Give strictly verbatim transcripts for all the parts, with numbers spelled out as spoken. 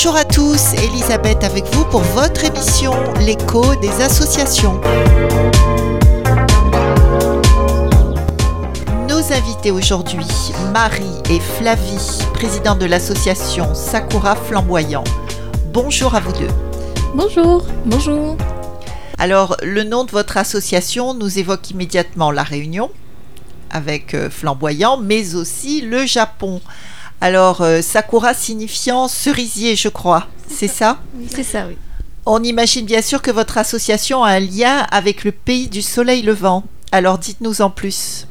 Bonjour à tous, Elisabeth avec vous pour votre émission L'écho des associations. Nos invités aujourd'hui, Marie et Flavie, présidentes de l'association Sakura Flamboyant. Bonjour à vous deux. Bonjour. Bonjour. Alors, le nom de votre association nous évoque immédiatement la Réunion, avec euh, Flamboyant, mais aussi le Japon. Alors, euh, Sakura signifiant cerisier, je crois, c'est ça ? C'est ça, oui. On imagine bien sûr que votre association a un lien avec le pays du soleil levant. Alors, dites-nous en plus.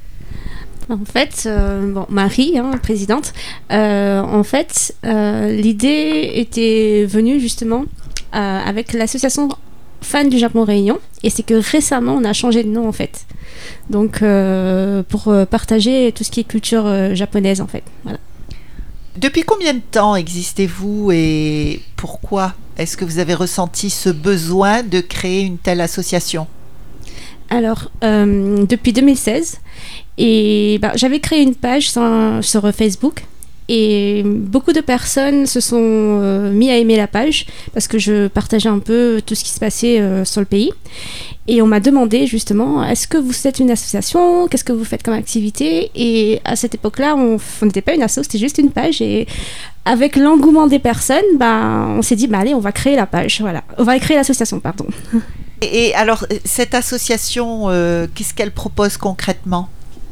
En fait, euh, bon, Marie, hein, présidente, euh, en fait, euh, l'idée était venue justement euh, avec l'association Fans du Japon Réunion, et c'est que récemment, on a changé de nom, en fait. Donc, euh, pour euh, partager tout ce qui est culture euh, japonaise, en fait, voilà. Depuis combien de temps existez-vous et pourquoi est-ce que vous avez ressenti ce besoin de créer une telle association ? Alors, euh, depuis deux mille seize, et bah, j'avais créé une page sur, sur Facebook et beaucoup de personnes se sont euh, mis à aimer la page parce que je partageais un peu tout ce qui se passait euh, sur le pays. Et on m'a demandé justement, est-ce que vous êtes une association ? Qu'est-ce que vous faites comme activité ? Et à cette époque-là, on n'était pas une asso, c'était juste une page. Et avec l'engouement des personnes, bah, on s'est dit, bah, allez, on va créer la page. Voilà. On va créer l'association, pardon. Et, et alors, cette association, euh, qu'est-ce qu'elle propose concrètement ?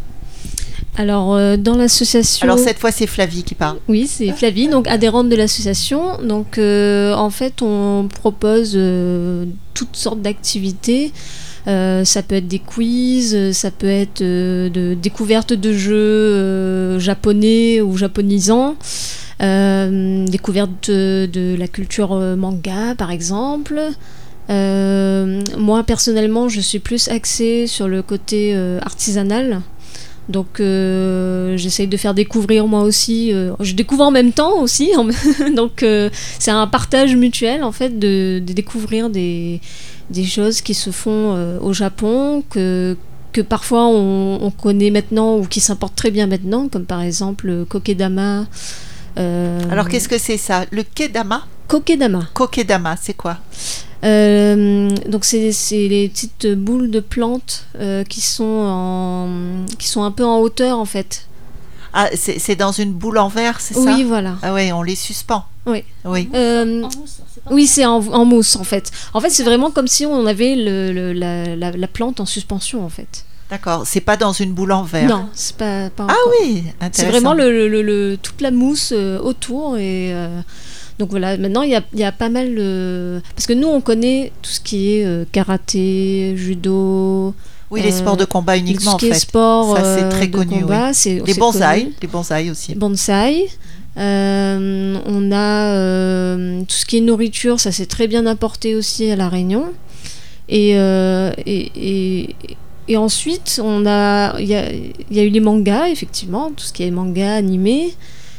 Alors, euh, dans l'association... Alors, cette fois, c'est Flavie qui parle. Oui, c'est Flavie, donc adhérente de l'association. Donc, euh, en fait, on propose euh, toutes sortes d'activités. Euh, ça peut être des quiz, ça peut être euh, de découverte de jeux euh, japonais ou japonisants, euh, découverte de, de la culture manga, par exemple. Euh, moi, personnellement, je suis plus axée sur le côté euh, artisanal. Donc euh, j'essaye de faire découvrir moi aussi, euh, je découvre en même temps aussi, donc euh, c'est un partage mutuel en fait de, de découvrir des, des choses qui se font euh, au Japon, que, que parfois on, on connaît maintenant ou qui s'importent très bien maintenant, comme par exemple le kokedama. Euh, Alors qu'est-ce que c'est ça ? Le kedama ? Kokedama. Kokedama, c'est quoi ? Euh, donc c'est, c'est les petites boules de plantes euh, qui sont en, qui sont un peu en hauteur en fait. Ah, c'est, c'est dans une boule en verre, c'est ça ? Oui, voilà. Ah ouais, on les suspend. Oui. Oui. Euh, En mousse, c'est pas oui, c'est en, en mousse en fait. En fait, c'est vraiment comme si on avait le, le, la, la, la plante en suspension en fait. D'accord, c'est pas dans une boule en verre. Non, c'est pas. pas Ah encore. oui, intéressant. C'est vraiment le, le, le, le, toute la mousse euh, autour et. Euh, Donc voilà, maintenant il y a, il y a pas mal de... Parce que nous on connaît tout ce qui est euh, karaté, judo... Oui, les euh, sports de combat uniquement en fait. Tout ce qui est sport ça, c'est très euh, de connu, combat, oui. c'est, les c'est bonsaïs, connu. les bonsaïs aussi. Bonsaï. Euh, on a euh, tout ce qui est nourriture, ça s'est très bien apporté aussi à La Réunion. Et, euh, et, et, et ensuite, on a, il y a, il y a eu les mangas, effectivement, tout ce qui est manga, animé.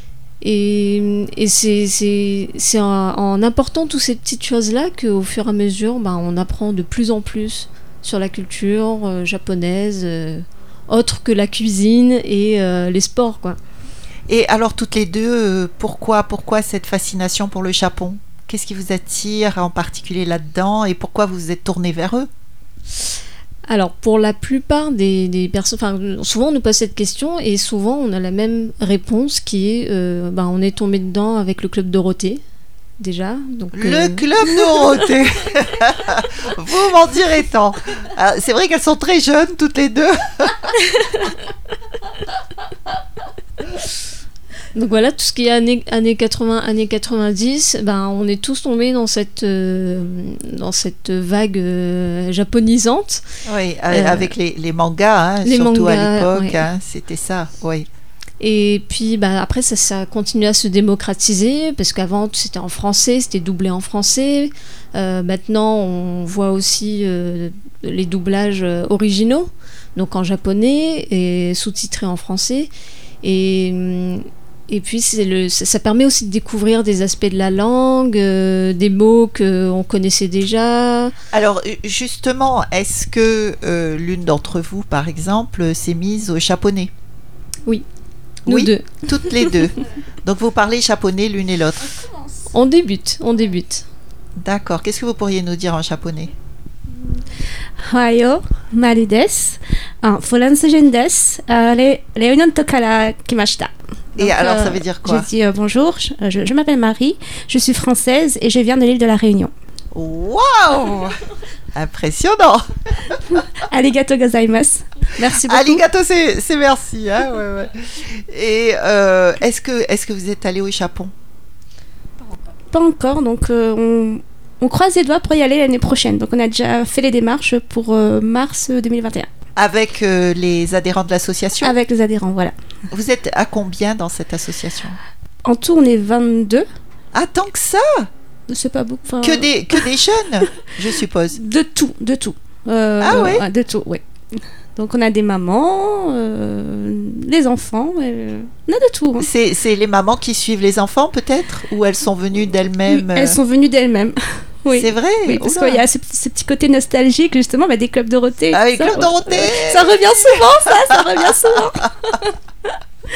Et, et c'est, c'est, c'est en, en apportant toutes ces petites choses-là qu'au fur et à mesure, ben, on apprend de plus en plus sur la culture euh, japonaise, euh, autre que la cuisine et euh, les sports, quoi. Et alors, toutes les deux, euh, pourquoi, pourquoi cette fascination pour le Japon ? Qu'est-ce qui vous attire en particulier là-dedans et pourquoi vous vous êtes tournée vers eux ? Alors, pour la plupart des, des personnes, enfin, souvent on nous pose cette question et souvent on a la même réponse qui est euh, ben, on est tombé dedans avec le Club Dorothée, déjà. Donc, le euh... Club Dorothée. Vous m'en direz tant. Alors, c'est vrai qu'elles sont très jeunes, toutes les deux. Donc voilà, tout ce qui est années, années quatre-vingts, années quatre-vingt-dix, ben, on est tous tombés dans cette, euh, dans cette vague euh, japonisante. Oui, euh, avec les, les mangas, hein, les surtout mangas, à l'époque, ouais. hein, c'était ça, oui. Et puis bah, après, ça, ça a continué à se démocratiser, parce qu'avant, c'était en français, c'était doublé en français. Euh, maintenant, on voit aussi euh, les doublages originaux, donc en japonais, et sous-titrés en français. Et... Et puis, c'est le, ça, ça permet aussi de découvrir des aspects de la langue, euh, des mots qu'on connaissait déjà. Alors, justement, est-ce que euh, l'une d'entre vous, par exemple, s'est mise au japonais ? Oui, nous oui, deux. Toutes les deux. Donc, vous parlez japonais l'une et l'autre ? On débute, on débute. D'accord. Qu'est-ce que vous pourriez nous dire en japonais? Ohayo, Maru desu. Ah, Furanzujin desu. Ah, Re- Réunion to kara kimashita. Et Donc, alors, euh, ça veut dire quoi? Je dis euh, bonjour, je, je- je m'appelle Marie, je suis française et je viens de l'île de la Réunion. Waouh! Impressionnant! Arigato gozaimasu. Merci beaucoup. Arigato, c'est, c'est merci. Hein, ouais, ouais. Et euh, est-ce que, est-ce que vous êtes allé au Japon? Pas encore, donc euh, on, on croise les doigts pour y aller l'année prochaine. Donc on a déjà fait les démarches pour euh, mars deux mille vingt et un. Avec euh, les adhérents de l'association? Avec les adhérents, voilà. Vous êtes à combien dans cette association? En tout, on est vingt-deux. Ah, tant que ça? C'est pas beaucoup. enfin, Que des, que des jeunes, je suppose. De tout, de tout. Euh, Ah ouais? De tout, oui. Donc on a des mamans, euh, les enfants, euh, on a de tout. hein. C'est, c'est les mamans qui suivent les enfants, peut-être? Ou elles sont venues d'elles-mêmes? Oui, elles sont venues d'elles-mêmes. Oui. C'est vrai? Oui, parce Oula. qu'il y a ce, petit- ce petit côté nostalgique, justement, bah, des clubs Dorothée. Ah oui, Ça, Club Dorothée. Ça revient souvent, ça, ça revient souvent.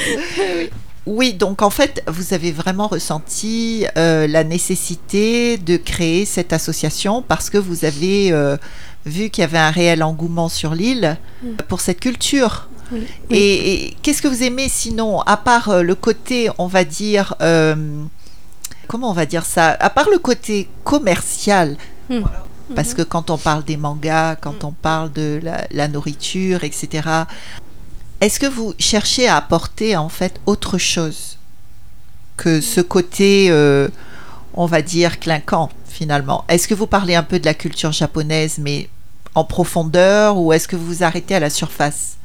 Oui, donc en fait, vous avez vraiment ressenti euh, la nécessité de créer cette association parce que vous avez euh, vu qu'il y avait un réel engouement sur l'île Mm. pour cette culture. Oui. Et, et qu'est-ce que vous aimez sinon, à part euh, le côté, on va dire, euh, comment on va dire ça, à part le côté commercial, Mm. parce que quand on parle des mangas, quand on parle de la, la nourriture, et cetera, est-ce que vous cherchez à apporter en fait autre chose que ce côté, euh, on va dire, clinquant finalement? Est-ce que vous parlez un peu de la culture japonaise, mais en profondeur, ou est-ce que vous vous arrêtez à la surface?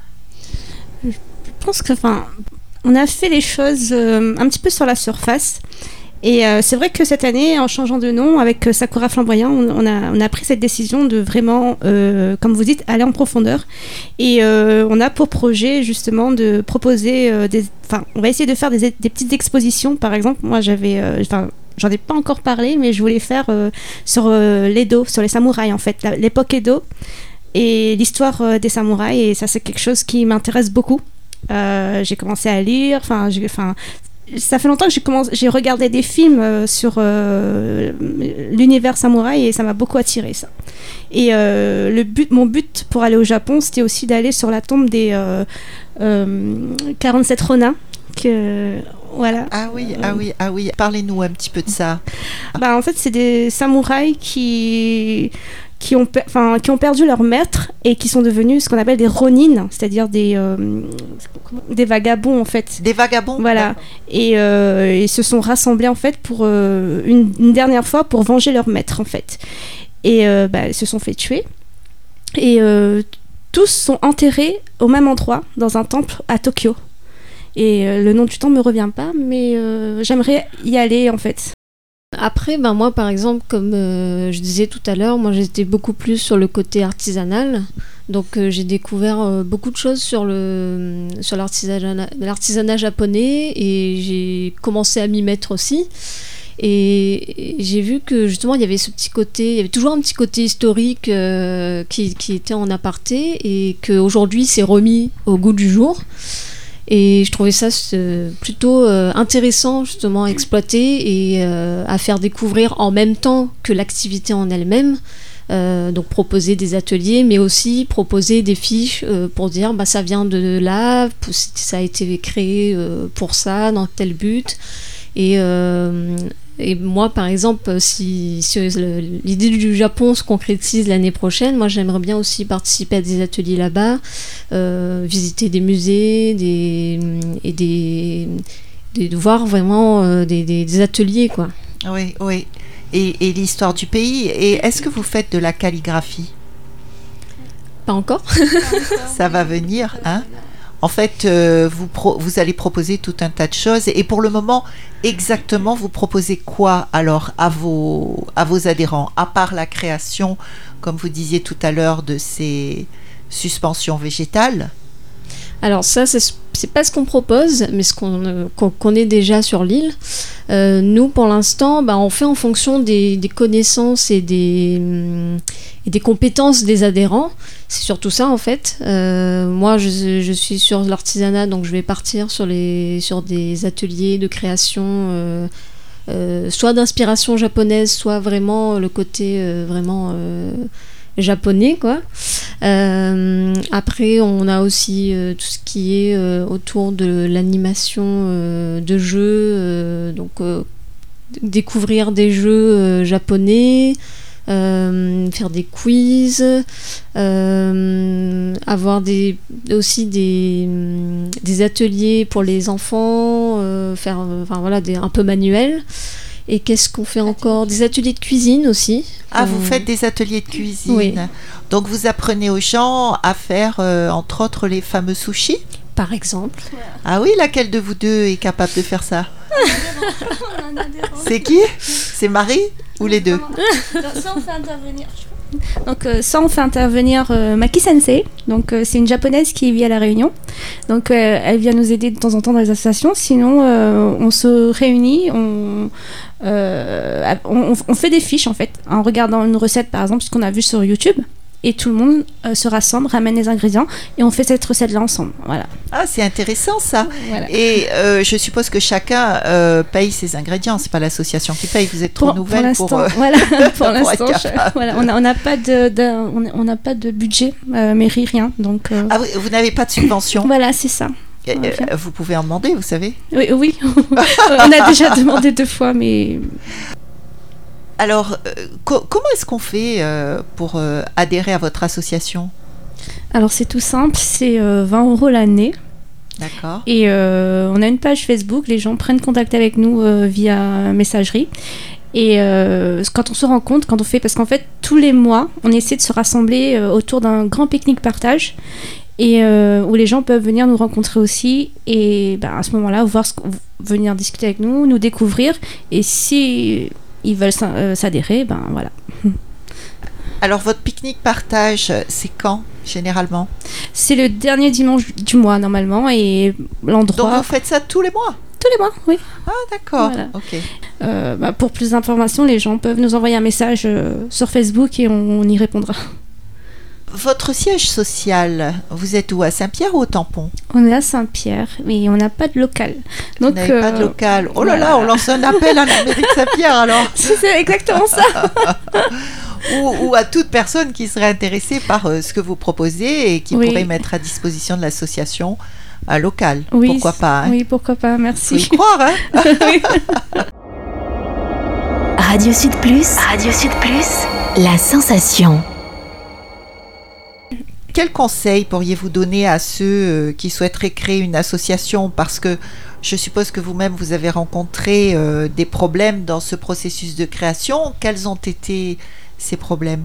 Je pense que, enfin, on a fait les choses euh, un petit peu sur la surface. Et euh, c'est vrai que cette année, en changeant de nom, avec euh, Sakura Flamboyant, on, on a, on a pris cette décision de vraiment, euh, comme vous dites, aller en profondeur. Et euh, on a pour projet justement de proposer euh, des... Enfin, on va essayer de faire des, des petites expositions. Par exemple, moi j'avais... euh, Enfin, j'en ai pas encore parlé, mais je voulais faire euh, sur euh, l'Edo, sur les samouraïs en fait, la- l'époque Edo et l'histoire euh, des samouraïs. Et ça, c'est quelque chose qui m'intéresse beaucoup. Euh, j'ai commencé à lire, enfin, j'ai, enfin, ça fait longtemps que j'ai commencé, j'ai regardé des films euh, sur euh, l'univers samouraï et ça m'a beaucoup attiré ça. Et euh, le but, mon but pour aller au Japon, c'était aussi d'aller sur la tombe des euh, euh, quarante-sept Ronin. Que voilà. Ah oui, ah oui, ah oui. Parlez-nous un petit peu de ça. Bah, en fait, c'est des samouraïs qui, qui, ont, per- enfin, qui ont perdu leur maître et qui sont devenus ce qu'on appelle des ronin, c'est-à-dire des, euh, des vagabonds en fait. Des vagabonds? Voilà. Et euh, ils se sont rassemblés en fait pour euh, une, une dernière fois pour venger leur maître en fait. Et euh, bah, ils se sont fait tuer. Et euh, tous sont enterrés au même endroit dans un temple à Tokyo. Et euh, le nom du temple me revient pas, mais euh, j'aimerais y aller en fait. Après, ben moi, par exemple, comme euh, je disais tout à l'heure, moi j'étais beaucoup plus sur le côté artisanal. Donc euh, j'ai découvert euh, beaucoup de choses sur, le, sur l'artisanat, l'artisanat japonais et j'ai commencé à m'y mettre aussi. Et, et j'ai vu que justement il y avait ce petit côté, il y avait toujours un petit côté historique euh, qui, qui était en aparté et qu'aujourd'hui c'est remis au goût du jour. Et je trouvais ça euh, plutôt euh, intéressant justement à exploiter et euh, à faire découvrir en même temps que l'activité en elle-même. Euh, donc proposer des ateliers, mais aussi proposer des fiches euh, pour dire bah, ça vient de là, ça a été créé euh, pour ça, dans tel but. Et, euh, et moi, par exemple, si, si l'idée du Japon se concrétise l'année prochaine, moi j'aimerais bien aussi participer à des ateliers là-bas, euh, visiter des musées des, et des, des, de voir vraiment euh, des, des, des ateliers, quoi. Oui, oui. Et, et l'histoire du pays. Et est-ce que vous faites de la calligraphie? Pas encore. Ça va venir, hein? En fait, euh, vous, pro- vous allez proposer tout un tas de choses. Et pour le moment, exactement, vous proposez quoi alors à vos, à vos adhérents? À part la création, comme vous disiez tout à l'heure, de ces suspensions végétales? Alors ça, c'est, c'est pas ce qu'on propose, mais ce qu'on, euh, qu'on connaît déjà sur l'île. Euh, nous, pour l'instant, bah, on fait en fonction des, des connaissances et des, hum, et des compétences des adhérents. C'est surtout ça, en fait. Euh, moi, je, je suis sur l'artisanat, donc je vais partir sur, les, sur des ateliers de création euh, euh, soit d'inspiration japonaise, soit vraiment le côté euh, vraiment euh, japonais, quoi. Euh, après, on a aussi euh, tout ce qui est euh, autour de l'animation euh, de jeux, euh, donc euh, découvrir des jeux euh, japonais, euh, faire des quiz, euh, avoir des, aussi des, des ateliers pour les enfants, euh, faire enfin, voilà, des, un peu manuels. Et qu'est-ce qu'on fait encore? Des ateliers de cuisine aussi. Ah, euh... vous faites des ateliers de cuisine. Oui. Donc vous apprenez aux gens à faire, euh, entre autres, les fameux sushis. Par exemple. Ah oui, laquelle de vous deux est capable de faire ça? C'est qui? C'est Marie ou les deux? Ça, on fait intervenir. Donc euh, ça, on fait intervenir euh, Maki Sensei. Donc euh, c'est une japonaise qui vit à La Réunion. Donc euh, elle vient nous aider de temps en temps dans les associations. Sinon, euh, on se réunit, on, euh, on, on fait des fiches en fait, en regardant une recette par exemple, ce qu'on a vu sur YouTube. Et tout le monde euh, se rassemble, ramène les ingrédients et on fait cette recette-là ensemble. Voilà. Ah, c'est intéressant ça. Voilà. Et euh, je suppose que chacun euh, paye ses ingrédients. C'est pas l'association qui paye. Vous êtes trop pour, nouvelle pour pour. L'instant, Euh, voilà, pour pour l'instant, être je, capable. voilà, on n'a on n'a pas de, de on a- on n'a pas de budget euh, mairie, rien. Donc euh, Ah, vous, vous n'avez pas de subvention. voilà, c'est ça. Euh, voilà. euh, vous pouvez en demander, vous savez. Oui, oui. On a déjà demandé deux fois, mais Alors, euh, co- comment est-ce qu'on fait euh, pour euh, adhérer à votre association? alors c'est tout simple, c'est euh, vingt euros l'année. D'accord. Et euh, on a une page Facebook, les gens prennent contact avec nous euh, via messagerie. Et euh, quand on se rend compte, quand on fait, parce qu'en fait tous les mois, on essaie de se rassembler euh, autour d'un grand pique-nique partage, et euh, où les gens peuvent venir nous rencontrer aussi, et ben, à ce moment-là, voir ce, qu'on- venir discuter avec nous, nous découvrir, et si ils veulent s'in- euh, s'adhérer, ben voilà. Alors, votre pique-nique partage, c'est quand, généralement? C'est le dernier dimanche du mois normalement, et Donc, l'endroit vous faites ça tous les mois? tous les mois, oui. Ah, d'accord. Voilà. Ok. Euh, bah, pour plus d'informations, les gens peuvent nous envoyer un message euh, sur Facebook et on, on y répondra. Votre siège social, vous êtes où? À Saint-Pierre ou au Tampon? On est à Saint-Pierre, mais on n'a pas de local. Vous Donc, n'avez pas de euh, local. Oh là voilà. là, on lance un appel à la mairie de Saint-Pierre alors. c'est exactement ça. ou, ou à toute personne qui serait intéressée par euh, ce que vous proposez et qui Oui. pourrait mettre à disposition de l'association un local. Oui, Pourquoi pas, hein? Oui, pourquoi pas, Faut y merci. croire, hein? Oui. Radio Sud Plus, Radio Sud Plus, la sensation. Quels conseils pourriez-vous donner à ceux euh, qui souhaiteraient créer une association? Parce que je suppose que vous-même, vous avez rencontré euh, des problèmes dans ce processus de création. Quels ont été ces problèmes?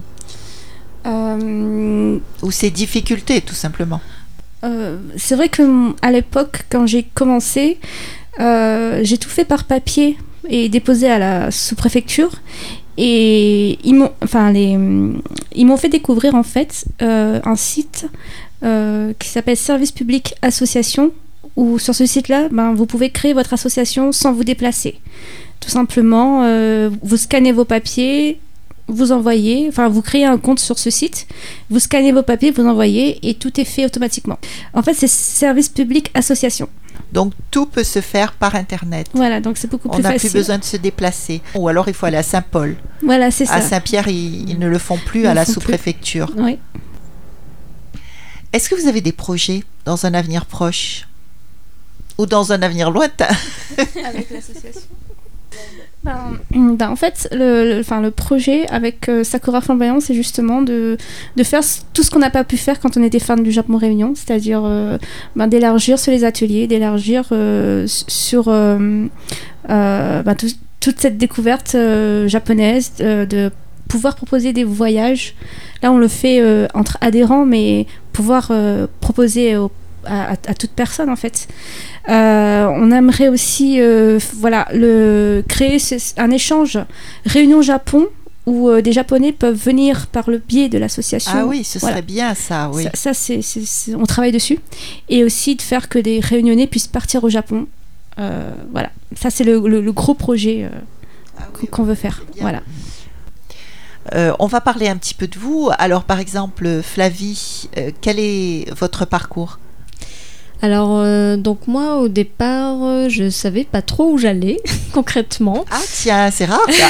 Euh, Ou ces difficultés, tout simplement? euh, c'est vrai que m- à l'époque, quand j'ai commencé, euh, j'ai tout fait par papier et déposé à la sous-préfecture. Et ils m'ont, enfin les, ils m'ont fait découvrir en fait euh, un site euh, qui s'appelle Service Public Association, où sur ce site-là, ben, vous pouvez créer votre association sans vous déplacer. Tout simplement, euh, vous scannez vos papiers, vous envoyez, enfin vous créez un compte sur ce site, vous scannez vos papiers, vous envoyez et tout est fait automatiquement. En fait, c'est Service Public Association. Donc, tout peut se faire par Internet. Voilà, donc c'est beaucoup On plus n'a facile. plus besoin de se déplacer. Ou alors, il faut aller à Saint-Paul. Voilà, c'est ça. À Saint-Pierre, ils, ils ne le font plus Ils à le la font plus. sous-préfecture. Oui. Est-ce que vous avez des projets dans un avenir proche? Ou dans un avenir lointain? Avec l'association. Ben, ben, en fait, le, le, enfin, le projet avec euh, Sakura Flamboyant, c'est justement de, de faire c- tout ce qu'on n'a pas pu faire quand on était fan du Japon Réunion, c'est-à-dire euh, ben, d'élargir sur les ateliers, d'élargir euh, s- sur euh, euh, ben, tout- toute cette découverte euh, japonaise, euh, de pouvoir proposer des voyages. Là, on le fait euh, entre adhérents, mais pouvoir euh, proposer au- à, à, à toute personne, en fait. Euh, on aimerait aussi euh, f- voilà, le, créer ce- un échange Réunion-Japon où euh, des Japonais peuvent venir par le biais de l'association. Ah oui, ce serait Voilà. bien ça, oui. Ça, ça, c'est, c'est- c'est- on travaille dessus. Et aussi de faire que des Réunionnais puissent partir au Japon. Euh, voilà, ça c'est le, le- le gros projet euh, Ah oui, qu'on- qu'on veut faire. c'est bien. Voilà. Euh, on va parler un petit peu de vous. Alors, par exemple, Flavie, euh, quel est votre parcours? Alors, euh, donc moi, au départ, euh, je savais pas trop où j'allais, concrètement. Ah tiens, c'est rare ça.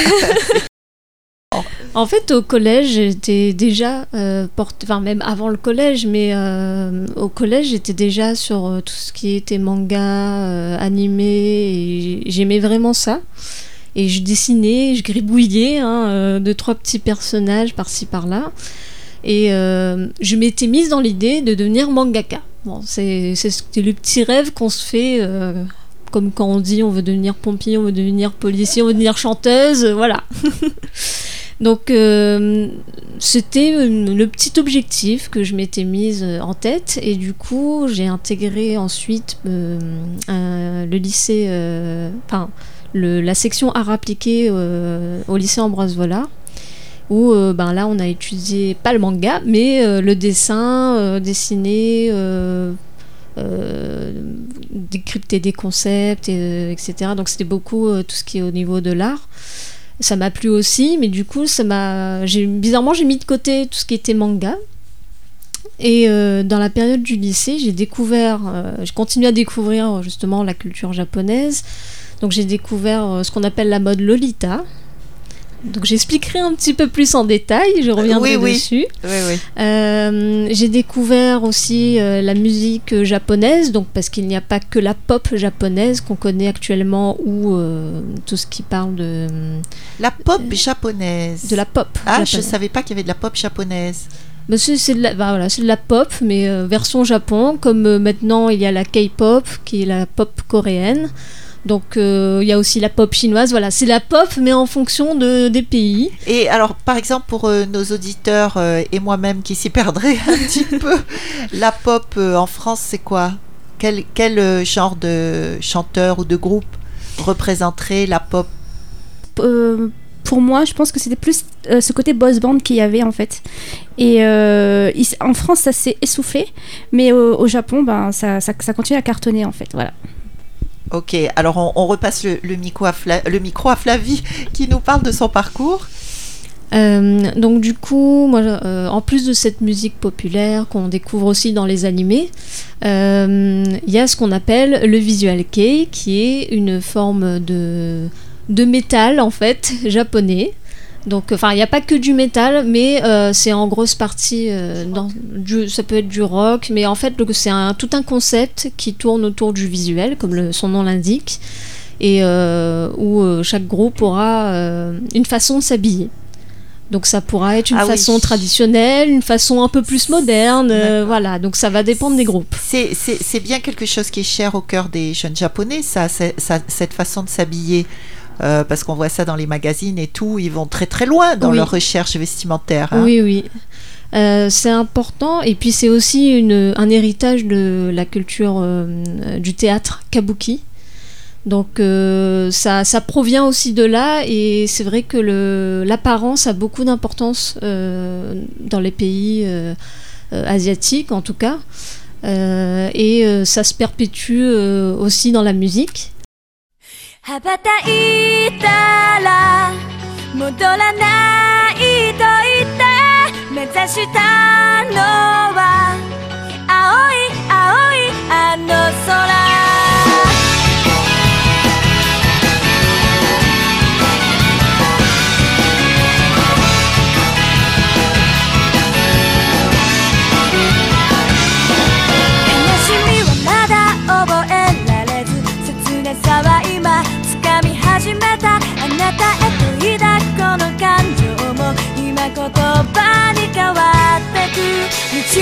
En fait, au collège, j'étais déjà euh, portée, enfin même avant le collège, mais euh, au collège, j'étais déjà sur euh, tout ce qui était manga, euh, animé, et j'aimais vraiment ça. Et je dessinais, je gribouillais hein, euh, deux, trois petits personnages par-ci, par-là. Et euh, je m'étais mise dans l'idée de devenir mangaka. Bon, c'est, c'est, c'est le petit rêve qu'on se fait, euh, comme quand on dit on veut devenir pompier, on veut devenir policier, on veut devenir chanteuse, euh, voilà. Donc euh, c'était le petit objectif que je m'étais mise en tête et du coup j'ai intégré ensuite euh, un, le lycée, enfin euh, la section art appliqué euh, au lycée Ambroise Vollard où euh, ben là on a étudié pas le manga mais euh, le dessin, euh, dessiner, euh, euh, décrypter des concepts, et, euh, et cetera. Donc c'était beaucoup euh, tout ce qui est au niveau de l'art. Ça m'a plu aussi, mais du coup, ça m'a... J'ai... bizarrement, j'ai mis de côté tout ce qui était manga. Et euh, dans la période du lycée, j'ai découvert, euh, j'ai continué à découvrir justement la culture japonaise. Donc j'ai découvert euh, ce qu'on appelle la mode Lolita. Donc j'expliquerai un petit peu plus en détail, je reviendrai oui, dessus. Oui, oui. Euh, j'ai découvert aussi euh, la musique japonaise, donc parce qu'il n'y a pas que la pop japonaise qu'on connaît actuellement ou euh, tout ce qui parle de... La pop euh, japonaise. De la pop. Ah, japonaise. Je ne savais pas qu'il y avait de la pop japonaise. Bah, c'est, c'est, de la, bah, voilà, c'est de la pop, mais euh, version Japon, comme euh, maintenant il y a la K-pop, qui est la pop coréenne. Donc il euh, y a aussi la pop chinoise, voilà, c'est la pop mais en fonction de, des pays. Et alors par exemple pour euh, nos auditeurs euh, et moi-même qui s'y perdraient un petit peu, la pop euh, en France c'est quoi ? Quel, quel euh, genre de chanteur ou de groupe représenterait la pop ? euh, Pour moi, je pense que c'était plus euh, ce côté boys band qu'il y avait en fait. Et euh, il, en France ça s'est essoufflé, mais euh, au Japon ben, ça, ça, ça continue à cartonner en fait, voilà. Ok, alors on, on repasse le, le, micro à Fla- le micro à Flavie qui nous parle de son parcours. Euh, donc du coup, moi, euh, en plus de cette musique populaire qu'on découvre aussi dans les animés, il euh, y a ce qu'on appelle le visual kei, qui est une forme de, de métal en fait japonais. Donc, enfin, il n'y a pas que du métal, mais euh, c'est en grosse partie, euh, dans, du, ça peut être du rock, mais en fait, c'est un, tout un concept qui tourne autour du visuel, comme le, son nom l'indique, et euh, où euh, chaque groupe aura euh, une façon de s'habiller. Donc, ça pourra être une ah façon oui. traditionnelle, une façon un peu plus moderne, euh, voilà. Donc, ça va dépendre des groupes. C'est, c'est, c'est bien quelque chose qui est cher au cœur des jeunes japonais, ça, c'est, ça cette façon de s'habiller. Euh, parce qu'on voit ça dans les magazines et tout, ils vont très très loin dans oui. leur recherche vestimentaire. Hein. Oui, oui. Euh, c'est important et puis c'est aussi une, un héritage de la culture euh, du théâtre kabuki. Donc euh, ça, ça provient aussi de là et c'est vrai que le, l'apparence a beaucoup d'importance euh, dans les pays euh, euh, asiatiques en tout cas. Euh, et euh, ça se perpétue euh, aussi dans la musique. 羽ばたいたら戻らないと言って目指したのは青い青いあの空始めたあなたへと抱くこの感情も今言葉に変わってく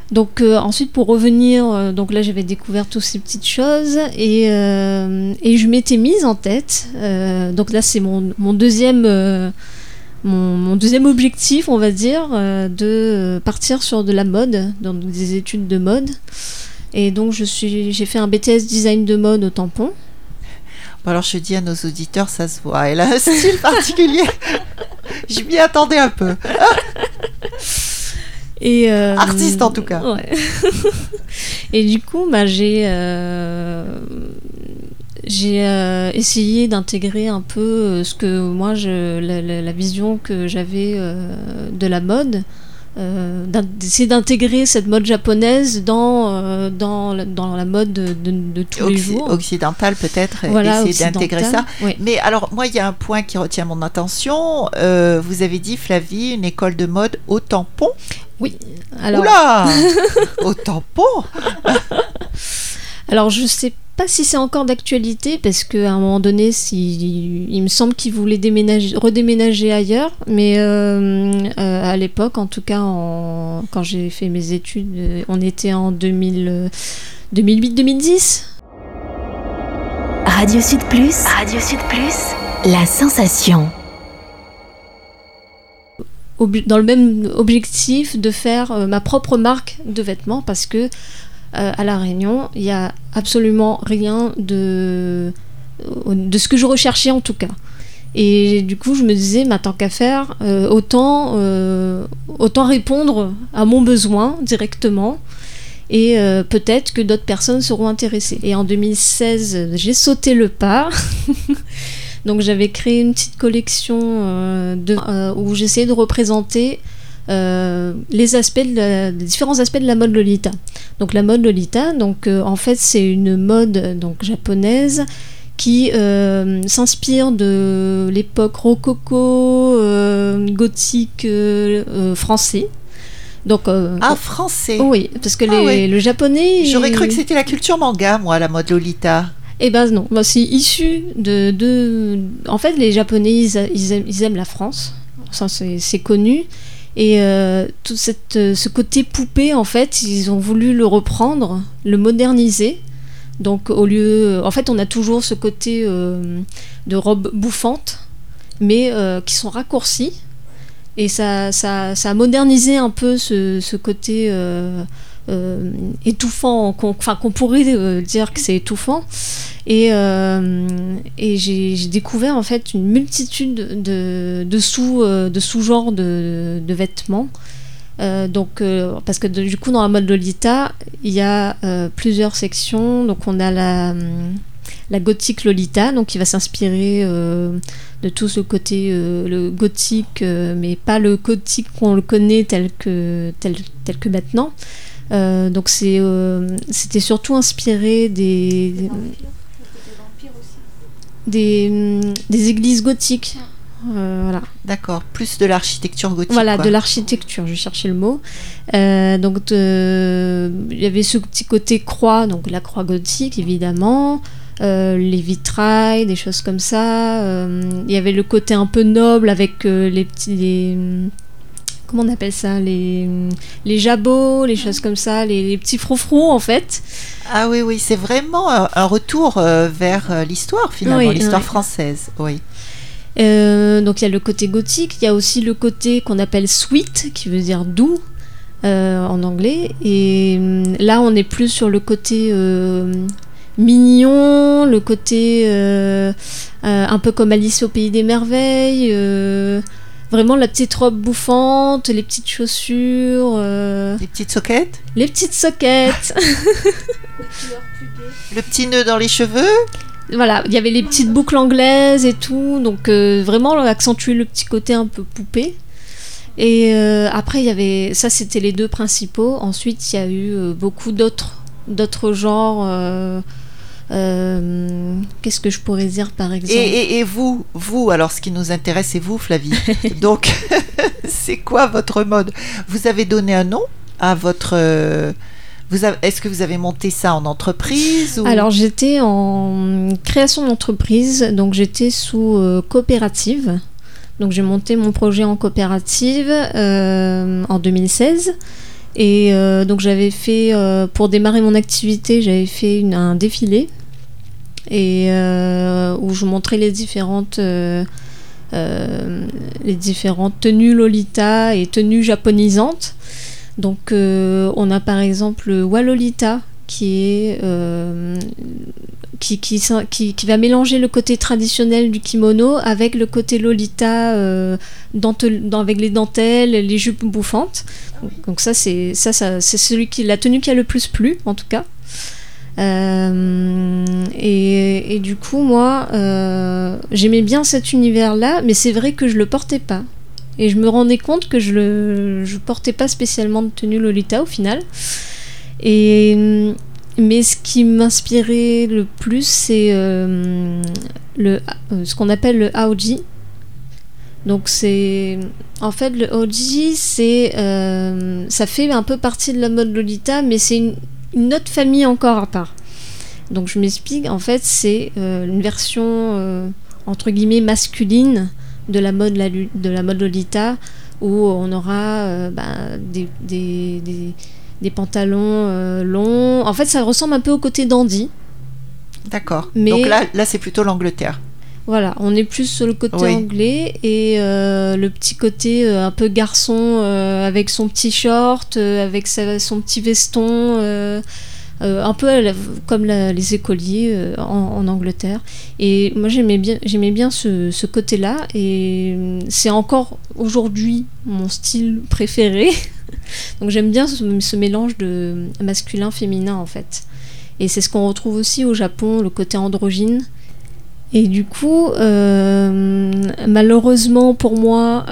Donc euh, ensuite pour revenir, euh, donc là j'avais découvert toutes ces petites choses et, euh, et je m'étais mise en tête, euh, donc là c'est mon, mon, deuxième, euh, mon, mon deuxième objectif on va dire, euh, de partir sur de la mode, donc des études de mode. Et donc je suis, j'ai fait un B T S design de mode au Tampon. Bon alors je dis à nos auditeurs, ça se voit, elle a un style particulier. Je m'y attendais un peu. Et euh, artiste en tout cas. Ouais. Et du coup, bah, j'ai, euh, j'ai euh, essayé d'intégrer un peu ce que moi, je, la, la, la vision que j'avais euh, de la mode, euh, d'essayer d'intégrer cette mode japonaise dans, euh, dans, la, dans la mode de, de, de tous Occ- les jours. Occidentale peut-être, voilà, essayer d'intégrer ça. Oui. Mais alors, moi, il y a un point qui retient mon attention. Euh, vous avez dit, Flavie, une école de mode au Tampon. Oui. Alors... Oula au Tampon. Alors, je sais pas si c'est encore d'actualité, parce qu'à un moment donné, si, il me semble qu'ils voulaient déménager, redéménager ailleurs, mais euh, euh, à l'époque, en tout cas, en, quand j'ai fait mes études, euh, on était en deux mille, deux mille huit deux mille dix. Radio Sud Plus, Radio Sud Plus, la sensation. Dans le même objectif de faire euh, ma propre marque de vêtements, parce que euh, à La Réunion, il n'y a absolument rien de, de ce que je recherchais en tout cas. Et du coup, je me disais, bah, tant qu'à faire, euh, autant, euh, autant répondre à mon besoin directement. Et euh, peut-être que d'autres personnes seront intéressées. Et en deux mille seize, j'ai sauté le pas. Donc j'avais créé une petite collection euh, de, euh, où j'essayais de représenter euh, les aspects de la, les différents aspects de la mode Lolita. Donc la mode Lolita, donc euh, en fait c'est une mode donc japonaise qui euh, s'inspire de l'époque rococo, euh, gothique euh, euh, français. Donc, euh, ah, français. Oui, parce que ah, les, ouais. le japonais. J'aurais il... cru que c'était la culture manga, moi, la mode Lolita. Eh ben non, bah, c'est issu de, de... En fait, les Japonais, ils, ils, aiment, ils aiment la France. Ça, c'est, c'est connu. Et euh, tout cette, ce côté poupée, en fait, ils ont voulu le reprendre, le moderniser. Donc, au lieu... En fait, on a toujours ce côté euh, de robes bouffantes, mais euh, qui sont raccourcies. Et ça, ça, ça a modernisé un peu ce, ce côté... Euh, Euh, étouffant, qu'on, enfin qu'on pourrait euh, dire que c'est étouffant, et, euh, et j'ai, j'ai découvert en fait une multitude de, de, sous, euh, de sous-genres de, de vêtements, euh, donc, euh, parce que de, du coup dans la mode Lolita il y a euh, plusieurs sections, donc on a la, la gothique Lolita, donc qui va s'inspirer euh, de tout ce côté euh, le gothique, euh, mais pas le gothique qu'on le connaît tel que, tel, tel que maintenant. Euh, donc c'est, euh, c'était surtout inspiré des des, des, des églises gothiques. Euh, voilà. D'accord, plus de l'architecture gothique. Voilà, quoi. de l'architecture, j'ai cherché le mot. Euh, donc il y avait ce petit côté croix, donc la croix gothique évidemment, euh, les vitrailles, des choses comme ça. Euh, il y avait le côté un peu noble avec euh, les petits... Les, comment on appelle ça, les, les jabots, les choses comme ça, les, les petits froufrous en fait. Ah oui, oui, c'est vraiment un, un retour euh, vers euh, l'histoire finalement, oui, l'histoire oui. française, oui. Euh, donc il y a le côté gothique, il y a aussi le côté qu'on appelle sweet, qui veut dire doux euh, en anglais. Et là on est plus sur le côté euh, mignon, le côté euh, euh, un peu comme Alice au pays des merveilles. Euh, Vraiment la petite robe bouffante, les petites chaussures... Euh... Les petites soquettes. Les petites soquettes. Le petit nœud dans les cheveux. Voilà, il y avait les petites boucles anglaises et tout, donc euh, vraiment accentuer le petit côté un peu poupée. Et euh, après, il y avait... Ça, c'était les deux principaux. Ensuite, il y a eu euh, beaucoup d'autres, d'autres genres... Euh... Euh, qu'est-ce que je pourrais dire par exemple ? Et, et, et vous, vous, alors ce qui nous intéresse, c'est vous, Flavie. Donc, c'est quoi votre mode ? Vous avez donné un nom à votre... Euh, vous avez, est-ce que vous avez monté ça en entreprise ou... Alors, j'étais en création d'entreprise, donc j'étais sous euh, coopérative. Donc, j'ai monté mon projet en coopérative euh, en deux mille seize. Et euh, donc j'avais fait, euh, pour démarrer mon activité, j'avais fait une, un défilé et euh, où je montrais les différentes, euh, euh, les différentes tenues Lolita et tenues japonisantes. Donc euh, on a par exemple le Walolita qui est euh, qui, qui, qui, qui va mélanger le côté traditionnel du kimono avec le côté Lolita euh, dentel, dans, avec les dentelles, les jupes bouffantes. Donc, donc ça c'est ça, ça c'est celui qui la tenue qui a le plus plu en tout cas. Euh, et, et du coup moi euh, j'aimais bien cet univers là, mais c'est vrai que je le portais pas. Et je me rendais compte que je le je portais pas spécialement de tenue Lolita au final. Et mais ce qui m'inspirait le plus, c'est euh, le euh, ce qu'on appelle le aoji. Donc c'est en fait le aoji, c'est euh, ça fait un peu partie de la mode Lolita, mais c'est une, une autre famille encore à part. Donc je m'explique. En fait, c'est euh, une version euh, entre guillemets masculine de la mode la, de la mode Lolita, où on aura euh, bah, des, des, des, des pantalons euh, longs. En fait, ça ressemble un peu au côté dandy. D'accord. Mais donc là, là, c'est plutôt l'Angleterre. Voilà, on est plus sur le côté oui. anglais et euh, le petit côté euh, un peu garçon euh, avec son petit short, euh, avec sa, son petit veston. Euh, Euh, un peu la, comme la, les écoliers euh, en, en Angleterre. Et moi j'aimais bien, j'aimais bien ce, ce côté-là, et c'est encore aujourd'hui mon style préféré. Donc j'aime bien ce, ce mélange de masculin-féminin en fait. Et c'est ce qu'on retrouve aussi au Japon, le côté androgyne. Et du coup, euh, malheureusement pour moi,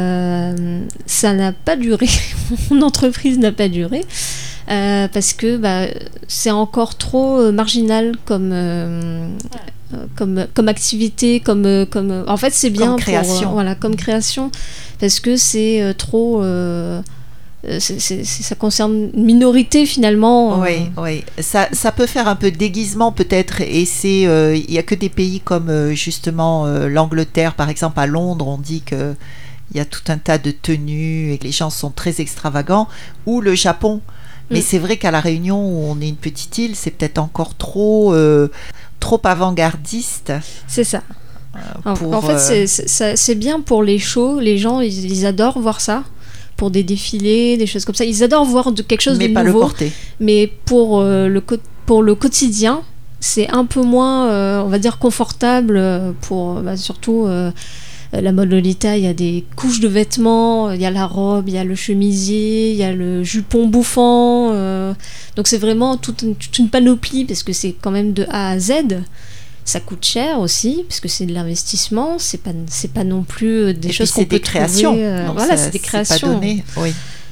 euh, ça n'a pas duré. Mon entreprise n'a pas duré. Euh, parce que bah, c'est encore trop euh, marginal comme, euh, comme, comme activité, comme, comme, en fait c'est bien comme création. Pour, euh, voilà, comme création, parce que c'est euh, trop... Euh, c'est, c'est, ça concerne une minorité finalement. Oui, euh... oui. Ça, ça peut faire un peu de déguisement peut-être, et c'est, il euh, n'y a que des pays comme euh, justement euh, l'Angleterre, par exemple à Londres, on dit que il y a tout un tas de tenues et que les gens sont très extravagants, ou le Japon. Mais mm. c'est vrai qu'à La Réunion, où on est une petite île, c'est peut-être encore trop, euh, trop avant-gardiste. C'est ça. Euh, pour, en fait, euh... c'est, c'est, c'est bien pour les shows. Les gens, ils, ils adorent voir ça. Pour des défilés, des choses comme ça. Ils adorent voir de, quelque chose mais de pas nouveau. Le porter. Mais pour, euh, le, pour le quotidien, c'est un peu moins, euh, on va dire, confortable. Pour, bah, surtout... Euh, la mode Lolita, il y a des couches de vêtements, il y a la robe, il y a le chemisier, il y a le jupon bouffant. Euh, donc c'est vraiment toute une, toute une panoplie, parce que c'est quand même de A à Z. Ça coûte cher aussi, parce que c'est de l'investissement. C'est pas, c'est pas non plus des et choses qu'on peut des créations. trouver. Euh, voilà, ça, c'est des créations. C'est pas donné. Oui.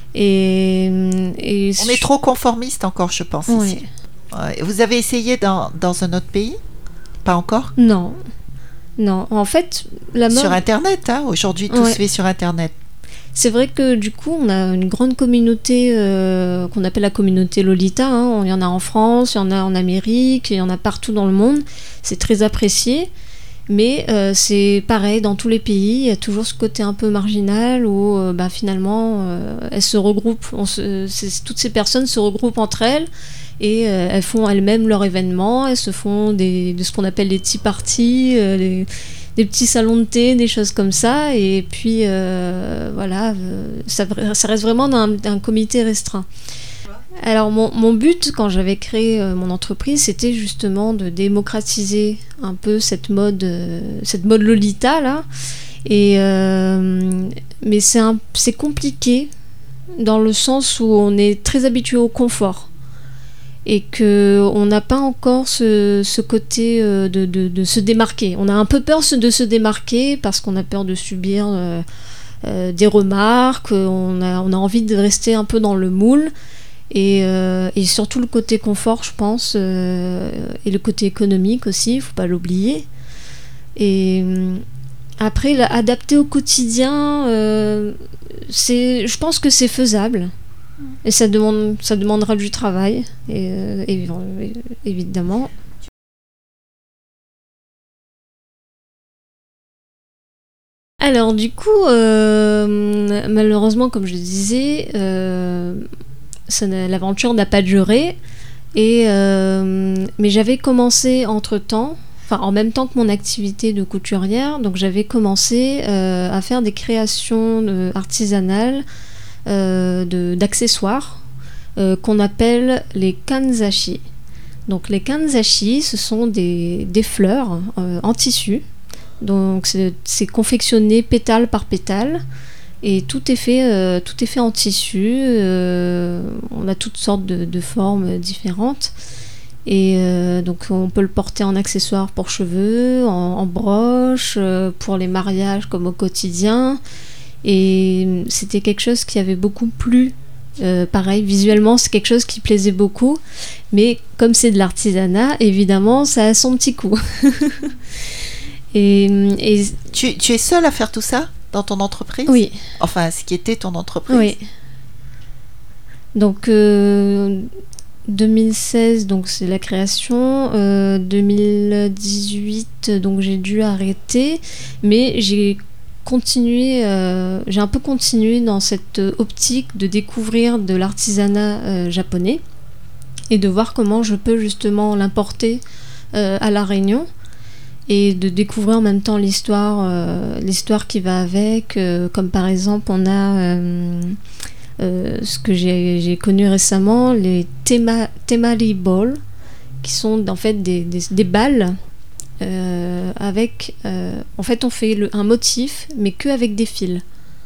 Et, et on est trop conformiste encore, je pense. Oui. Ici. Ouais. Vous avez essayé dans, dans un autre pays ? Pas encore ? Non. Non, en fait, la mode... Sur Internet, hein, aujourd'hui, tout ouais. se fait sur Internet. C'est vrai que du coup, on a une grande communauté euh, qu'on appelle la communauté Lolita. Hein. Il y en a en France, il y en a en Amérique, il y en a partout dans le monde. C'est très apprécié. Mais euh, c'est pareil dans tous les pays. Il y a toujours ce côté un peu marginal où euh, bah, finalement, euh, elles se regroupent. On se, c'est, toutes ces personnes se regroupent entre elles. Et euh, elles font elles-mêmes leur événement, elles se font des, de ce qu'on appelle des tea parties, euh, des, des petits salons de thé, des choses comme ça, et puis euh, voilà, euh, ça, ça reste vraiment d'un, d'un comité restreint. Alors mon, mon but quand j'avais créé euh, mon entreprise, c'était justement de démocratiser un peu cette mode, euh, cette mode Lolita là, et, euh, mais c'est, un, c'est compliqué dans le sens où on est très habitué au confort. Et qu'on n'a pas encore ce, ce côté euh, de, de, de se démarquer. On a un peu peur de se démarquer parce qu'on a peur de subir euh, euh, des remarques, on a, on a envie de rester un peu dans le moule, et, euh, et surtout le côté confort, je pense, euh, et le côté économique aussi, il ne faut pas l'oublier. Et après, adapter au quotidien, euh, c'est, je pense que c'est faisable. Et ça, demande, ça demandera du travail, et, euh, et, et, évidemment. Alors du coup, euh, malheureusement, comme je disais, euh, ça l'aventure n'a pas duré. Et, euh, mais j'avais commencé entre-temps, enfin en même temps que mon activité de couturière, donc j'avais commencé euh, à faire des créations de, artisanales euh, de, d'accessoires euh, qu'on appelle les kanzashi. Donc les kanzashi, ce sont des, des fleurs euh, en tissu. Donc c'est, c'est confectionné pétale par pétale. Et tout est fait, euh, tout est fait en tissu. Euh, on a toutes sortes de, de formes différentes. Et euh, donc on peut le porter en accessoire pour cheveux, en, en broche, euh, pour les mariages comme au quotidien. Et c'était quelque chose qui avait beaucoup plu. Euh, pareil, visuellement, c'est quelque chose qui plaisait beaucoup. Mais comme c'est de l'artisanat, évidemment, ça a son petit coup. et, et... Tu, tu es seule à faire tout ça ? Dans ton entreprise ? Oui. Enfin, ce qui était ton entreprise. Oui. Donc, euh, deux mille seize, donc c'est la création. Euh, deux mille dix-huit, donc j'ai dû arrêter. Mais j'ai continué, euh, j'ai un peu continué dans cette optique de découvrir de l'artisanat euh, japonais et de voir comment je peux justement l'importer euh, à La Réunion. Et de découvrir en même temps l'histoire, euh, l'histoire qui va avec, euh, comme par exemple on a euh, euh, ce que j'ai, j'ai connu récemment, les tema, temari balls, qui sont en fait des, des, des balles euh, avec, euh, en fait on fait le, un motif mais que avec des fils.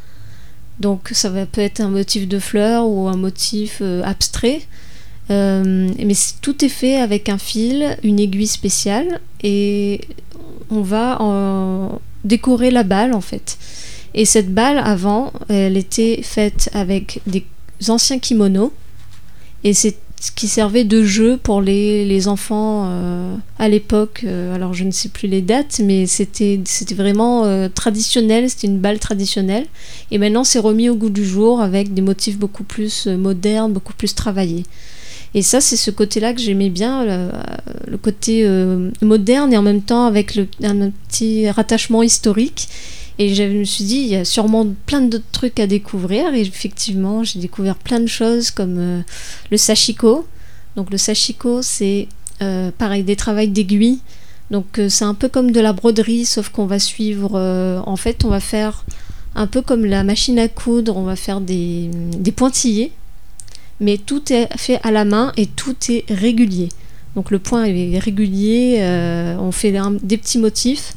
Donc ça va, peut être un motif de fleurs ou un motif euh, abstrait. Euh, mais tout est fait avec un fil, une aiguille spéciale et on va en décorer la balle en fait. Et cette balle avant, elle était faite avec des anciens kimonos et c'est ce qui servait de jeu pour les, les enfants euh, à l'époque. Euh, alors je ne sais plus les dates, mais c'était, c'était vraiment euh, traditionnel, c'était une balle traditionnelle. Et maintenant c'est remis au goût du jour avec des motifs beaucoup plus euh, modernes, beaucoup plus travaillés. Et ça, c'est ce côté-là que j'aimais bien, le, le côté euh, moderne et en même temps avec le, un petit rattachement historique. Et je me suis dit, il y a sûrement plein d'autres trucs à découvrir. Et effectivement, j'ai découvert plein de choses comme euh, le sashiko. Donc le sashiko, c'est euh, pareil, des travails d'aiguilles. Donc euh, c'est un peu comme de la broderie, sauf qu'on va suivre... Euh, en fait, on va faire un peu comme la machine à coudre, on va faire des, des pointillés. Mais tout est fait à la main et tout est régulier. Donc le point est régulier, euh, on fait un, des petits motifs.